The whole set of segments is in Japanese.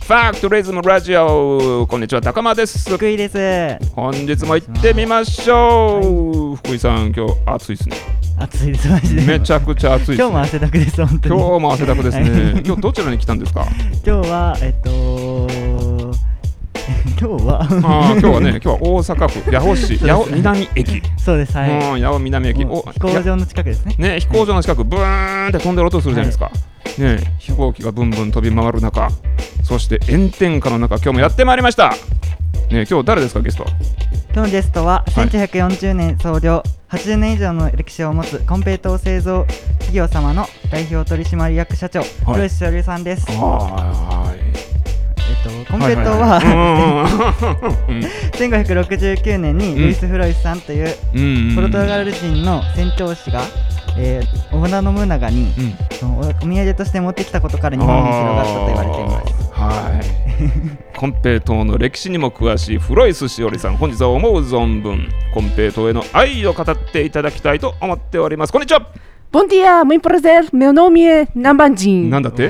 ファクトリズムラジオ。こんにちは、高間です。 福井です。 本日も行ってみましょう、はい、福井さん、今日暑いですね。 暑いです、マジでめちゃくちゃ暑いです、ね、 今日も汗だくです、本当に。 今日も汗だくですね、はい、今日どちらに来たんですか？ 今日は今日はね、今日は大阪府八尾市八尾南駅。 そうです、はい。 八尾南駅、 飛行場の近くですね。 ね、飛行場の近く、ブーンって飛んでる音するじゃないですか、はい、ね、飛行機がブンブン飛び回る中、そして炎天下の中、今日もやってまいりました、ね、今日誰ですか、ゲスト？ 今日のゲストは1940年創業、80年以上の歴史を持つコンペイトー製造企業様の代表取締役社長、古石しおりさんです。コンペイトーは1569年にルイス・フロイスさんというポルトガル人の宣教師が織田信長にお土産として持ってきたことから日本に広がったと言われています。 はい、コンペイトーの歴史にも詳しいフロイスしおりさん、本日は思う存分コンペイトーへの愛を語っていただきたいと思っております。こんにちは。 Bom dia, muito prazer, meu nome é Nambandin。 なんだって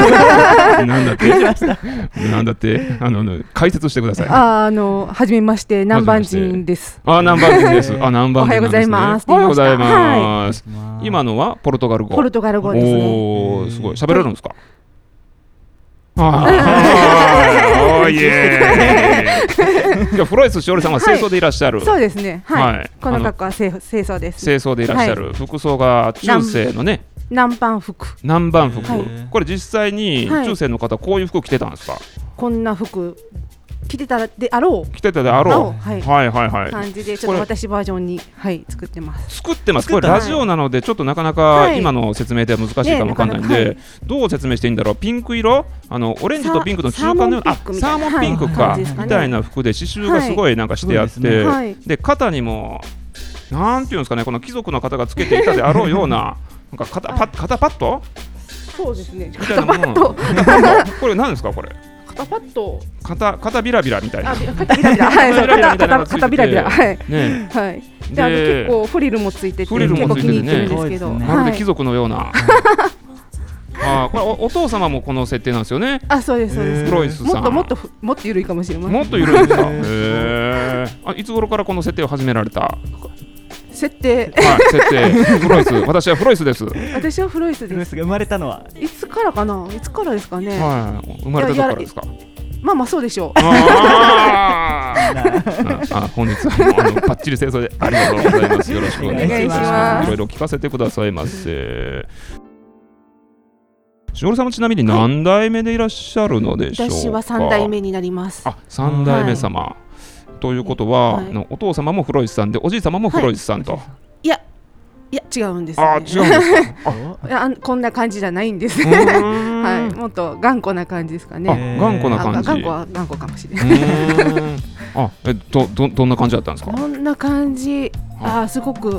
なんだって解説してください。 はじめまして、ナンバンジンです。 ナンバンジンです。ナンバンジンですね。 おはようございます。 おはようございます。今のはポルトガル語。 ポルトガル語ですね。 おー、すごい。喋れるんですか？おーイエーイ。フロイスしおりさんは清掃でいらっしゃる。 そうですね。はい。この格好は清掃です。 清掃でいらっしゃる。服装が中世のね。 南蛮服。 南蛮服。これ実際に中世の方こういう服着てたんですか？ こんな服着てたであろう。 着てたであろう。はい感じでちょっと私バージョンに作ってます。 これラジオなのでちょっとなかなか今の説明では難しいかもわかんないんで、どう説明していいんだろう。ピンク色、オレンジとピンクの中間のようなサーモンピンクかみたいな服で刺繍がすごいなんかしてあって、で肩にもなんていうんですかね、この貴族の方がつけていたであろうようななんか肩パッド？ そうですね。 みたいなもの。これ何ですかこれ？ 肩パッド、 肩ビラビラみたいな。 肩ビラビラ、はい、肩ビラビラ、はい、ね、はい。で、結構フリルもついてて、結構気に入ってるんですけど、 まるで貴族のような。これお父様もこの設定なんですよね。 そうですそうです。 フロイスさん。 もっと緩いかもしれません。 もっと緩いですか。いつ頃からこの設定を始められた？ 設定。 フロイス。私はフロイスです。 私はフロイスです。 生まれたのはいつからかな。いつからですかね。 生まれた時からですか。 まあそうでしょう。 本日はパッチリ清掃でありがとうございます。よろしくお願いします。いろいろ聞かせてくださいませ。しおりさんもちなみに何代目でいらっしゃるのでしょうか？ 私は3代目になります。 3代目様。ということは、お父様もフロイスさんで、おじい様もフロイスさんと。 いや違うんです。 違うんですか？ こんな感じじゃないんです。はい、もっと頑固な感じですかね。 頑固な感じ。 頑固かもしれない。 どんな感じだったんですか？ こんな感じ。すごく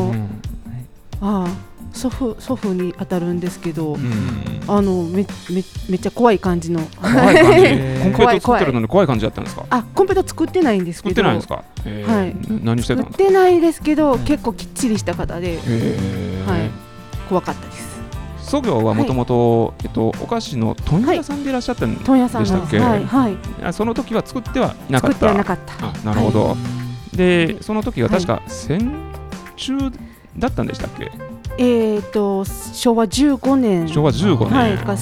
祖父に当たるんですけど、めっちゃ怖い感じの。 怖い感じ。コンペイト作ってるのに怖い感じだったんですか？ コンペイト作ってないんですけど。 作ってないんですか？はい。何してたんですか？ 作ってないですけど、結構きっちりした方で、怖かったです。 祖業はもともとお菓子の問屋さんでいらっしゃったんでしたっけ？その時は作ってはいなかった。 作ってはなかった。 なるほど。で、その時は確か戦中だったんでしたっけ？ 昭和15年。 昭和15年。 はい、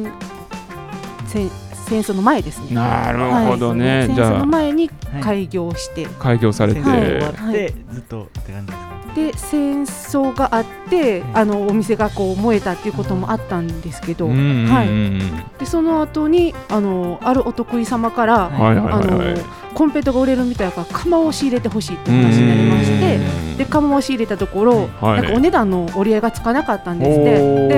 戦争の前ですね。 なるほどね。 戦争の前に開業されて、 ずっとって感じですか？ で戦争があってお店がこう燃えたっていうこともあったんですけど、でその後にあるお得意様からコンペイトが売れるみたいから釜を仕入れてほしいって話になりまして、で釜を仕入れたところ、なんかお値段の折り合いがつかなかったんですって。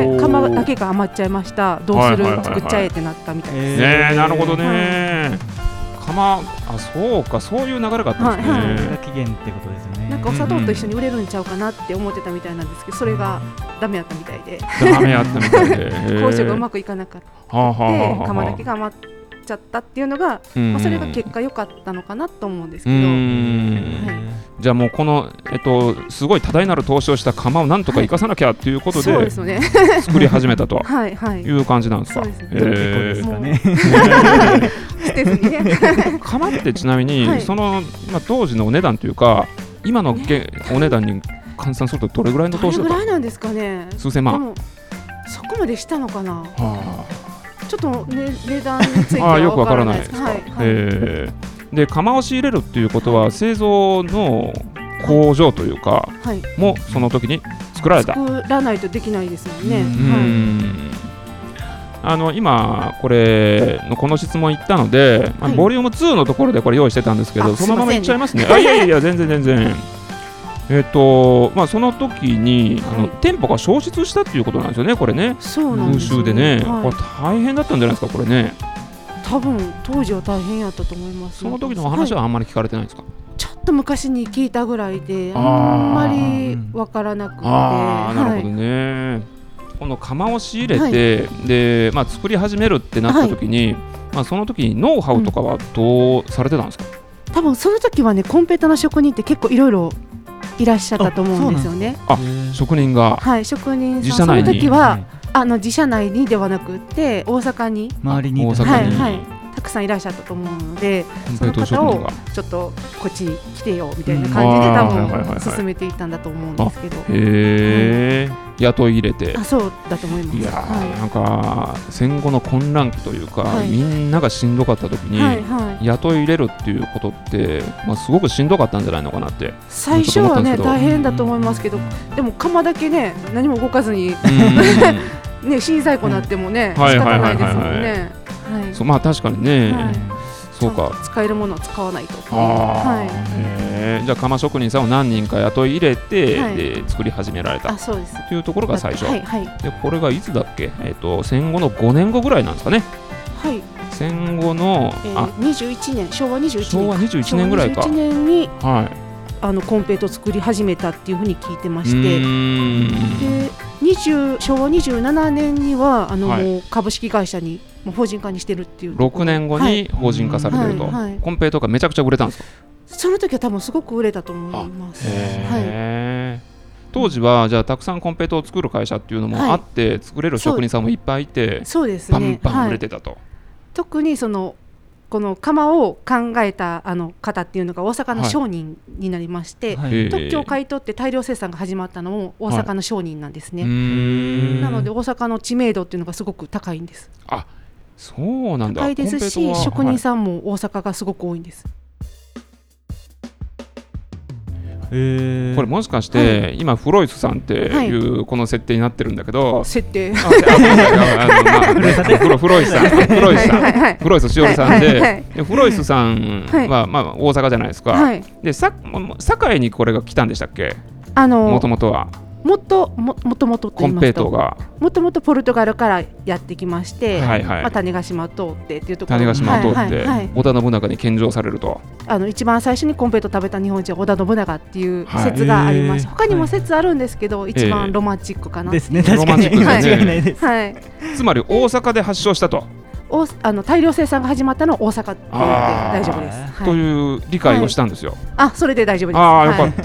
で釜だけが余っちゃいました。どうする、作っちゃえってなったみたいです。 なるほどね。釜、そうか、そういう流れがあったんですね。 起源ってことですよね。 なんかお砂糖と一緒に売れるんちゃうかなって思ってたみたいなんですけど、それがダメだったみたいで、交渉がうまくいかなかったで釜だけが余っちゃったっていうのが、それが結果良かったのかなと思うんですけど、 じゃあもうこの、すごい多大なる投資をした釜をなんとか生かさなきゃっていうことで、 そうですね、 作り始めたとはい、はい、 いう感じなんですか。 そうですね。捨てずにね。 釜ってちなみに、 はい、 その、当時のお値段というか今のお値段に換算するとどれぐらいの投資だった？ どれぐらいなんですかね。 数千万。 でもそこまでしたのかな。 はあ、 ちょっと、値段についてはよくわからないです。 ですか。 はいはい、 で釜を仕入れるっていうことは、製造の工場というか、 はい、 もその時に作られた。 作らないとできないですもんね。 今これのこの質問言ったので、ボリューム2のところでこれ用意してたんですけど、そのままいっちゃいますね。いや全然その時に、店舗が消失したっていうことなんですよね、これね。 そうなんですよ。 空襲でね、これ大変だったんじゃないですか、これね。 多分当時は大変やったと思います。 その時のお話はあんまり聞かれてないんですか？ ちょっと昔に聞いたぐらいで、あんまりわからなくて。 なるほどね。この釜を仕入れて、で作り始めるってなった時に、その時にノウハウとかはどうされてたんですか？ 多分その時はね、コンペイトの職人って結構いろいろいらっしゃったと思うんですよね。 職人が、 はい、職人さん、 自社内に、 その時は、自社内にではなくて大阪に、 周りに、 大阪に、 はい、たくさんいらっしゃったと思うので、その方をちょっとこっちに来てよみたいな感じで多分進めていったんだと思うんですけど。 雇い入れて。 そうだと思います。 いやなんか戦後の混乱期というか、みんながしんどかった時に、雇い入れるっていうことって、すごくしんどかったんじゃないのかなって。 最初はね大変だと思いますけど、でも釜だけね何も動かずにね、震災庫になってもね、仕方ないですもんね。 確かにね、そうか、 使えるものを使わないと。 じゃあ釜職人さんを何人か雇い入れて、で作り始められたというところが最初。でこれがいつだっけ、戦後の5年後ぐらいなんですかね。 はい、 戦後の 21年、昭和 21年ぐらいか。 昭和21年にコンペイトを作り始めたっていうふうに聞いてまして、で昭和27年にはもう株式会社にもう法人化にしてるっていう。 6年後に法人化されてると。コンペイトがめちゃくちゃ売れたんですか？ その時は多分すごく売れたと思います。 当時はじゃあたくさんコンペイトを作る会社っていうのもあって、作れる職人さんもいっぱいいて、 そうですね、 バンバン売れてたと。 特にこの窯を考えた方っていうのが大阪の商人になりまして、特許を買い取って大量生産が始まったのも大阪の商人なんですね。なので大阪の知名度っていうのがすごく高いんです。 そうなんだ。 高いですし、職人さんも大阪がすごく多いんです。 これもしかして、今フロイスさんっていうこの設定になってるんだけど、 設定フロイスしおりさんで、フロイスさんは大阪じゃないですか。で堺にこれが来たんでしたっけ？もともとはもともとコンペイトがもともとポルトガルからやってきまして、種子島を通ってっていうところ、 種子島を通って織田信長に献上されると。 一番最初にコンペイト食べた日本人は織田信長っていう説があります。他にも説あるんですけど、一番ロマンチックかなですね。確かに間違いないです。 つまり大阪で発祥したと。 大量生産が始まったのは大阪って言って大丈夫です、 という理解をしたんですよ。 それで大丈夫です。 よかった。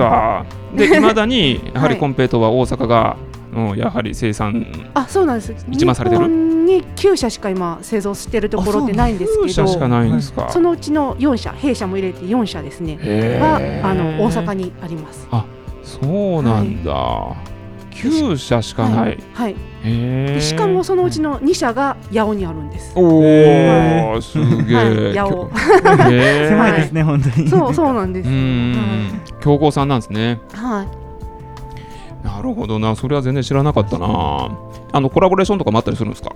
で未だにやはりコンペイトは大阪がやはり生産そうなんです。 一番されてる。 日本に9社しか今製造しているところってないんですけど、 9社しかないんですか。 そのうちの4社、弊社も入れて4社ですねは大阪にあります。 そうなんだ。9社しかない。 でしかもそのうちの2社が八尾にあるんです。 すげえ。 八尾。 狭いですね、本当に。 そうなんです。 強豪さんなんですね。なるほどな、それは全然知らなかったな。コラボレーションとかもあったりするんですか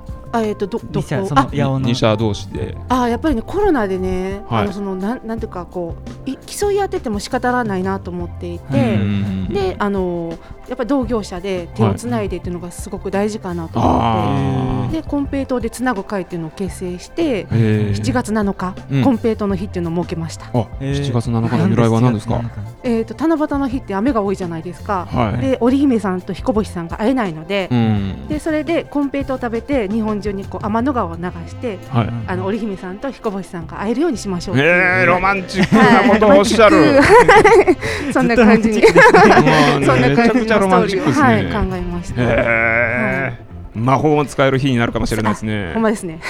？2社同士で。 やっぱりね、コロナでね、なんていうか競い合ってても仕方がないなと思っていて、でやっぱり同業者で手をつないでっていうのがすごく大事かなと思って、でコンペイトーでつなぐ会っていうのを結成して7月7日、コンペイトーの日っていうのを設けました。 7月7日の由来は何ですか？ 七夕の日って雨が多いじゃないですか、で織姫さんと彦星さんが会えないので、でそれでコンペイトーを食べて日本中にこう天の川を流して、織姫さんと彦星さんが会えるようにしましょう。 ロマンチックなことをおっしゃる。 そんな感じにそんな感じのストーリーを考えました。 魔法を使える日になるかもしれないですね。 ほんまですね。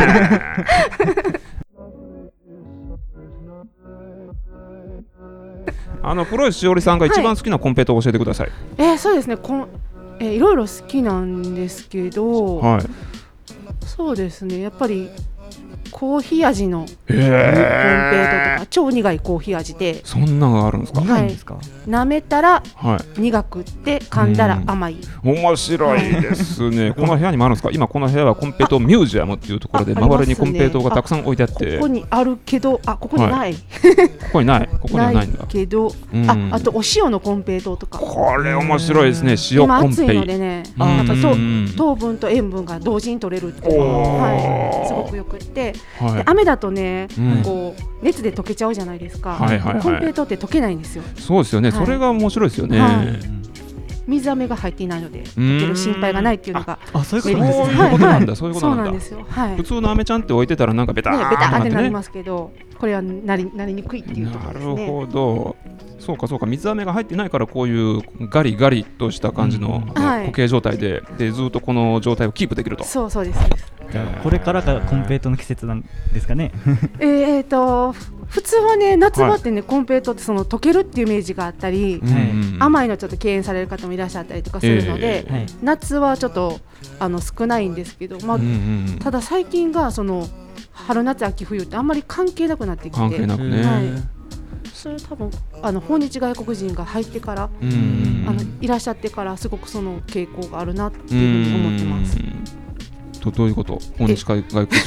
黒石しおりさんが一番好きなコンペイトーを教えてください。 そうですね、いろいろ好きなんですけど、そうですね、やっぱりコーヒー味のコンペイトーとか超苦いコーヒー味で。 そんなのがあるんですか？ 苦いんですか？ 舐めたら苦くって噛んだら甘い。 面白いですね。この部屋にもあるんですか？今この部屋はコンペイトーミュージアムっていうところで周りにコンペイトーがたくさん置いてあって、 ここにあるけどここにない、 ここにない、ここにはないんだけど、あとお塩のコンペイトーとか。 これ面白いですね。塩コンペイ。 今暑いのでね、やっぱ糖分と塩分が同時に取れるっていうのがすごくよくって、雨だとね、こう熱で溶けちゃうじゃないですか。コンペイトーって溶けないんですよ。 そうですよね。それが面白いですよね。 水飴が入っていないので溶ける心配がないっていうのがそういうことなんだ。そういうことなんだ。 そうなんですよ。 普通の飴ちゃんって置いてたらなんかベターってなりますけど、これはなりにくいっていうところですね。 なるほど。そうかそうか、水飴が入ってないからこういうガリガリとした感じの固形状態でずっとこの状態をキープできると。 そうです。 これからがコンペイトーの季節なんですかね。 普通はね、夏場ってね、コンペイトーってその溶けるっていうイメージがあったり、甘いのちょっと敬遠される方もいらっしゃったりとかするので、夏はちょっと少ないんですけど、ただ最近がその春夏秋冬ってあんまり関係なくなってきて、 関係なくね。 それ多分訪日外国人が入ってからいらっしゃってからすごくその傾向があるなっていうふうに思ってます。 どういうこと？訪日外国人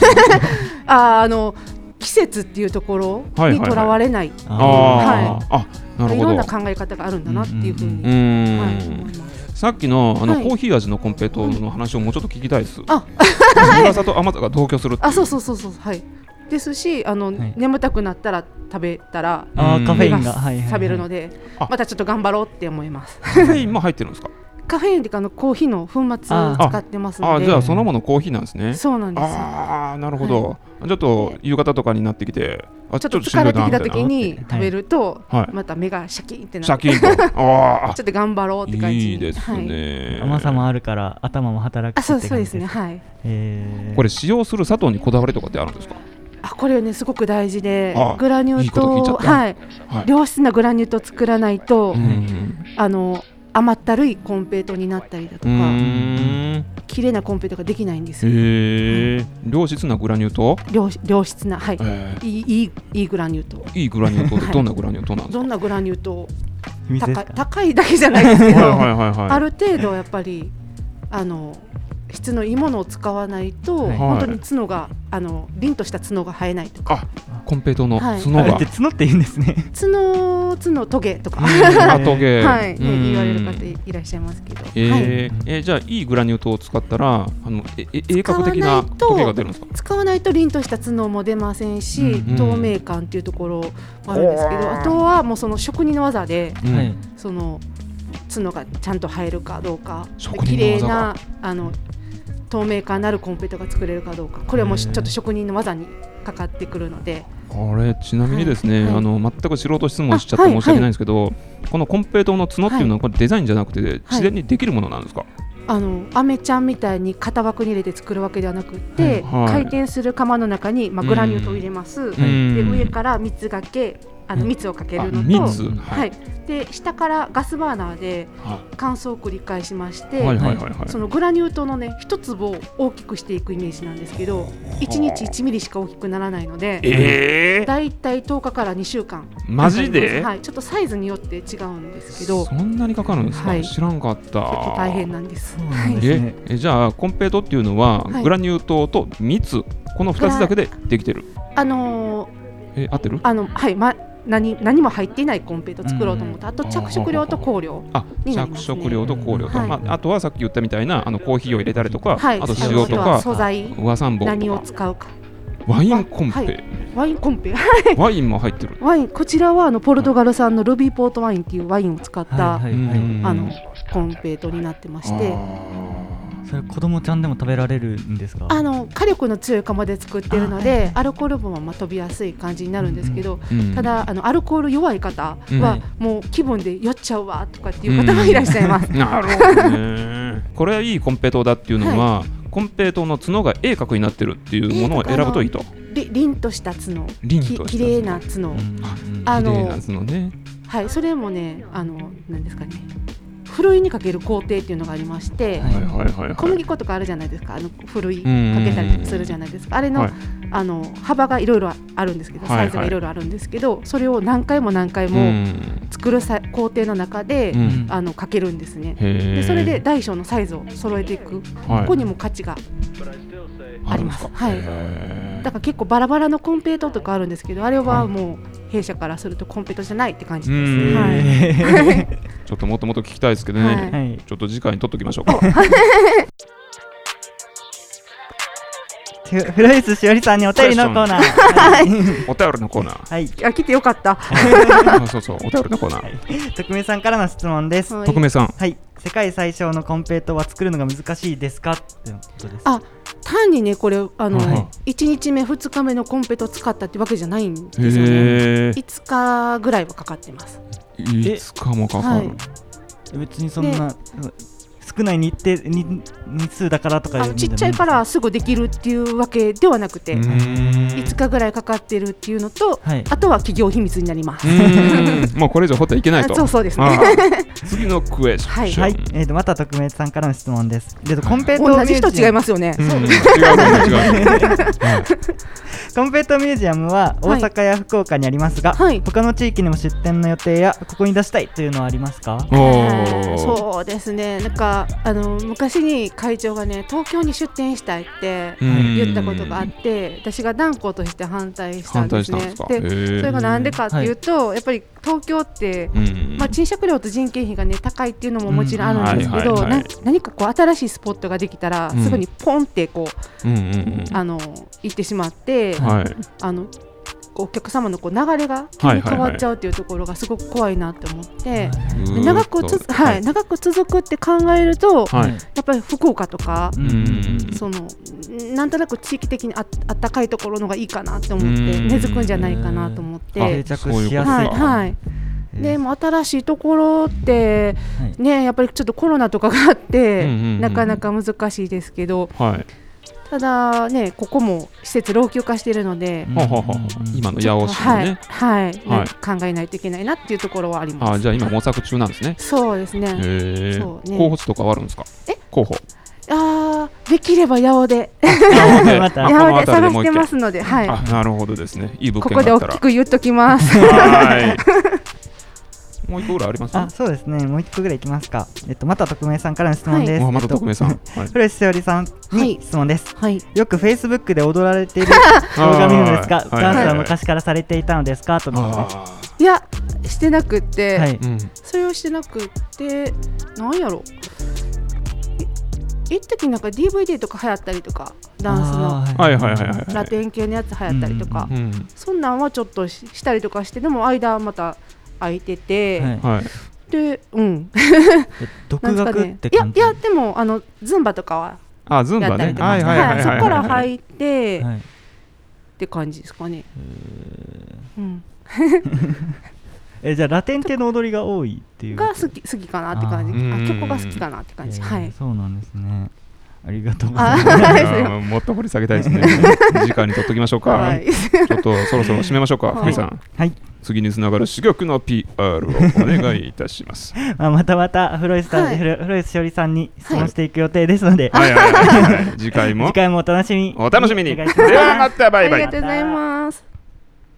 季節っていうところにとらわれない、いろんな考え方があるんだなっていうふうに思います。 さっきのコーヒー味のコンペイトーの話をもうちょっと聞きたいです。苦さと甘さが同居するっていう。 そうはい。ですし眠たくなったら食べたらカフェインが冷めるので、またちょっと頑張ろうって思います。 カフェインも入ってるんですか？ カフェインってコーヒーの粉末を使ってますので。 じゃあそのものコーヒーなんですね。 そうなんです。 なるほど。ちょっと夕方とかになってきてちょっと疲れてきた時に食べるとまた目がシャキンってなって、 シャキンとちょっと頑張ろうって感じ。 いいですね。 甘さもあるから頭も働くって感じです。 そうですね。はい。 これ使用する砂糖にこだわりとかってあるんですか？ これはねすごく大事で、グラニュー糖、良質なグラニュー糖を作らないと甘ったるいコンペイトーになったりだとか、綺麗なコンペイトーができないんですよ。 良質なグラニュー糖？ 良質な、いいグラニュー糖。 いいグラニュー糖ってどんなグラニュー糖なんですか？ どんなグラニュー糖？高いだけじゃないですけど、ある程度やっぱり質のいいものを使わないと、本当に角が凛とした角が生えないとか。 コンペイトーの角が、 角って言うんですね。 角トゲとかトゲ、 言われる方いらっしゃいますけど。 じゃあいいグラニュー糖を使ったら鋭角的なトゲが出るんですか？ 使わないと凛とした角も出ませんし、透明感っていうところもあるんですけど、あとはもうその職人の技でその角がちゃんと生えるかどうか、綺麗な透明感のあるコンペイトーが作れるかどうか、これはもうちょっと職人の技にかかってくるので。 これちなみにですね、全く素人質問しちゃって申し訳ないんですけど、このコンペイトーの角っていうのはこれデザインじゃなくて自然にできるものなんですか？ アメちゃんみたいに型枠に入れて作るわけではなくて、回転する釜の中にグラニュー糖を入れます。で上から蜜がけ蜜をかけるのと、で下からガスバーナーで乾燥を繰り返しまして、そのグラニュー糖のね一粒を大きくしていくイメージなんですけど、1日1ミリしか大きくならないので、だいたい10日から2週間。 マジで？ ちょっとサイズによって違うんですけど。 そんなにかかるんですか？知らんかった。 結構大変なんです。 じゃあコンペイトーっていうのはグラニュー糖と蜜、この2つだけでできてる？合ってる？ 何も入っていないコンペイト作ろうと思って、あと着色料と香料になりますね。 着色料と香料と、 はい、 あとはさっき言ったみたいなコーヒーを入れたりとか、 はい、 あと塩とか素材和三盆とか何を使うか、 ワインコンペ、はい、 ワインコンペワインも入ってる。 ワイン、こちらはポルトガル産のルビーポートワインっていうワインを使った、コンペイトになってまして、 それ子供ちゃんでも食べられるんですか？ 火力の強い釜で作ってるので、アルコール分は飛びやすい感じになるんですけど、ただアルコール弱い方はもう気分で酔っちゃうわとかっていう方がいらっしゃいます。 なるほどね。これはいいコンペイトだっていうのは、コンペイトの角が鋭角になってるっていうものを選ぶといいと。 凛とした角、きれいな角、きれいな角ね。 はい、それもね、なんですかね、ふるいにかける工程っていうのがありまして、小麦粉とかあるじゃないですか、ふるいかけたりするじゃないですか、あれの、幅がいろいろあるんですけど、サイズがいろいろあるんですけど、それを何回も何回も作る工程の中で、かけるんですね。でそれで大小のサイズを揃えていく、ここにも価値があります。はい、だから結構バラバラのコンペイトとかあるんですけど、あれはもう弊社からするとコンペイトじゃないって感じです。はい、 ちょっともっともっと聞きたいですけどね、はい、ちょっと次回に取っときましょうか。 フロイスしおりさんにお便りのコーナー、 お便りのコーナー、 はい、来てよかった。 そうそう、お便りのコーナー。匿名さんからの質問です。 匿名さん、 はい、世界最小のコンペイトは作るのが難しいですかっていうことです。 単にね、これ1日目2日目のコンペイトを使ったってわけじゃないんですよね。5日ぐらいはかかってます。 5日もかかる。 別にそんな少ない日数だからとかちっちゃいからすぐできるっていうわけではなくて、5日ぐらいかかってるっていうのと、あとは企業秘密になります。 もうこれ以上掘っていけないと。 そうですね。 次のクエスチョン、 はい、また匿名さんからの質問です。コンペイト同じ人違いますよね。 違う。 コンペイトミュージアムは大阪や福岡にありますが、他の地域にも出店の予定やここに出したいというのはありますか？ そうですね、なんか昔に会長がね、東京に出店したいって言ったことがあって、私が断固として反対したんですね。でそれがなんでかっていうと、やっぱり東京って、賃借料と人件費がね高いっていうのももちろんあるんですけど、何かこう新しいスポットができたら、すぐにポンってこう行ってしまって、お客様のこう流れが急に変わっちゃうっていうところがすごく怖いなって思って、長く続くって考えると、やっぱり福岡とか、なんとなく地域的にあったかいところのがいいかなと思って、根付くんじゃないかなと思って、 定着しやすい。 でも新しいところってね、やっぱりちょっとコロナとかがあってなかなか難しいですけど、ただね、ここも施設老朽化しているので、 今の八尾市もね、 考えないといけないなっていうところはあります。 じゃあ今模索中なんですね。 そうですね。 候補地とかはあるんですか？候補。 できれば八尾で探してますので、 なるほどですね。いい物件ここで大きく言っときます。 もう一個ぐらいあります？ そうですね、もう一個ぐらいいきますか。また匿名さんからの質問です。 また匿名さん。 フレッシュしおりさんに質問です。よくフェイスブックで踊られている動画見るのですが、ダンスは昔からされていたのですかとのことです。 いや、してなくって、それをしてなくって、なんやろ、一時なんか DVD とか流行ったりとか、ダンスのラテン系のやつ流行ったりとか、そんなんはちょっとしたりとかして、でも間また空いてて、で、 独学って感じ？ いやでもズンバとかはやったりとか、そこから入ってって感じですかね。 じゃあラテン系の踊りが多いっていうが好きかなって感じ、曲が好きかなって感じ。 そうなんですね。ありがとうございます。もっと掘り下げたいですね。時間に取っときましょうか。ちょっとそろそろ締めましょうか、福井さん。次につながる珠玉の PR をお願いいたします。 またフロイスしおりさんに質問していく予定ですので、 次回もお楽しみに。 ではまたバイバイ。 ありがとうございます。